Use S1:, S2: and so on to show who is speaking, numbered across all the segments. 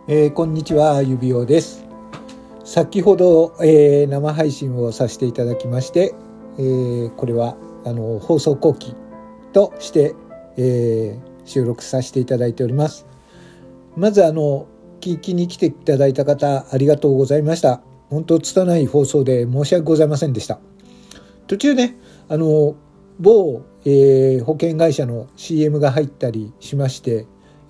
S1: こんにちは、指尾です。先ほど、生配信をさせていただきまして、これは放送後期として、収録させていただいております。まず聞きに来ていただいた方ありがとうございました。本当拙い放送で申し訳ございませんでした。途中ね某、保険会社の CM が入ったりしまして、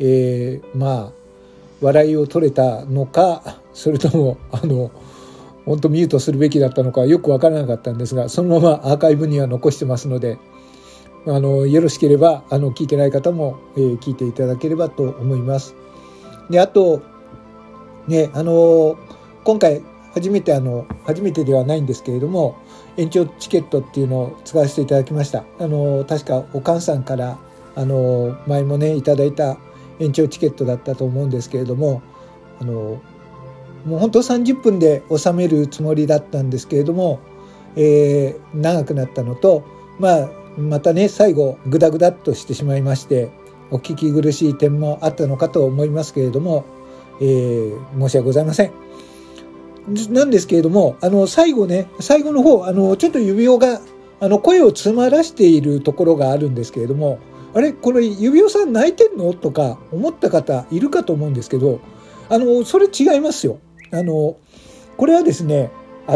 S1: 笑いを取れたのか、それとも本当ミュートするべきだったのかよく分からなかったんですが、そのままアーカイブには残してますので、よろしければ聞いてない方も、聞いていただければと思います。で、あとね、今回初めてではないんですけれども、延長チケットっていうのを使わせていただきました。確かおかんさんから前もねいただいた延長チケットだったと思うんですけれども、もう本当30分で収めるつもりだったんですけれども、長くなったのと、またね最後グダグダっとしてしまいまして、お聞き苦しい点もあったのかと思いますけれども、申し訳ございません。なんですけれども、最後の方ちょっと指輪が声を詰まらしているところがあるんですけれども、あれこれ指輪さん泣いてんのとか思った方いるかと思うんですけど、それ違いますよ。これはですね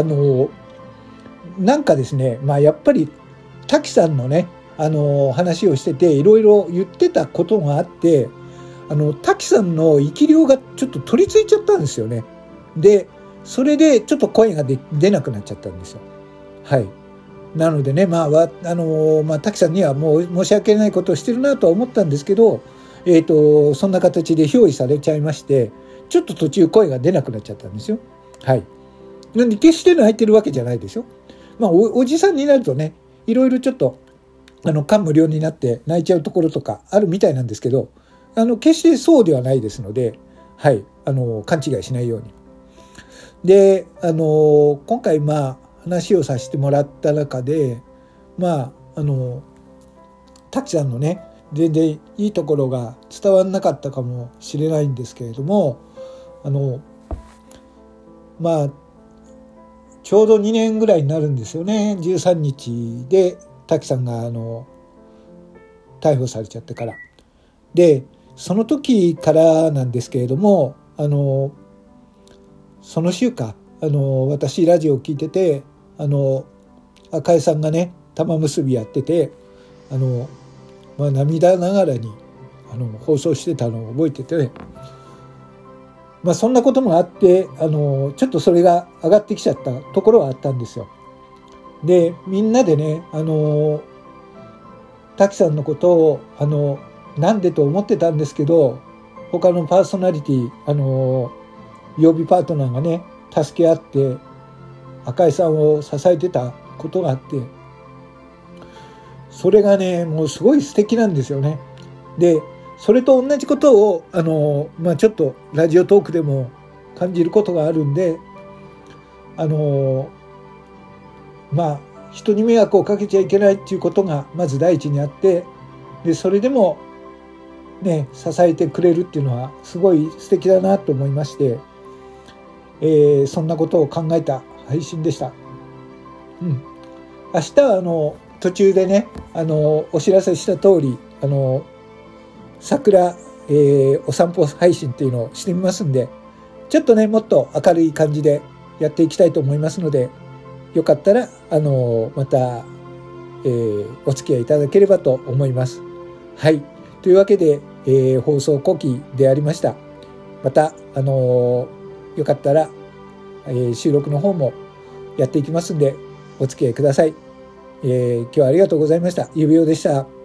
S1: なんかですね、やっぱり滝さんのね話をしてていろいろ言ってたことがあって、滝さんの生き量がちょっと取り付いちゃったんですよね。でそれでちょっと声が出なくなっちゃったんですよ。はい。なのでね、滝さんにはもう申し訳ないことをしてるなとは思ったんですけど、そんな形で憑依されちゃいまして、ちょっと途中声が出なくなっちゃったんですよ。はい。なんで決して泣いてるわけじゃないでしょ。おじさんになるとね、いろいろちょっと感無量になって泣いちゃうところとかあるみたいなんですけど、決してそうではないですので、はい、勘違いしないように。で、今回話をさせてもらった中で、滝さんのね全然いいところが伝わらなかったかもしれないんですけれども、ちょうど2年ぐらいになるんですよね。13日で滝さんが逮捕されちゃってから。でその時からなんですけれども、その週か私ラジオを聞いてて、赤江さんがね玉結びやってて涙ながらに放送してたのを覚えてて、そんなこともあってちょっとそれが上がってきちゃったところはあったんですよ。でみんなでね滝さんのことをなんでと思ってたんですけど、他のパーソナリティ曜日パートナーがね助け合って赤井さんを支えてたことがあって、それがねもうすごい素敵なんですよね。でそれと同じことをちょっとラジオトークでも感じることがあるんで、人に迷惑をかけちゃいけないっていうことがまず第一にあって、でそれでもね支えてくれるっていうのはすごい素敵だなと思いまして、そんなことを考えた配信でした。明日は途中でねお知らせした通り桜、お散歩配信っていうのをしてみますんで、ちょっとねもっと明るい感じでやっていきたいと思いますので、よかったらまた、お付き合いいただければと思います。はい、というわけで、放送後期でありました。またよかったら、収録の方もやっていきますんでお付き合いください。今日はありがとうございました。指輪でした。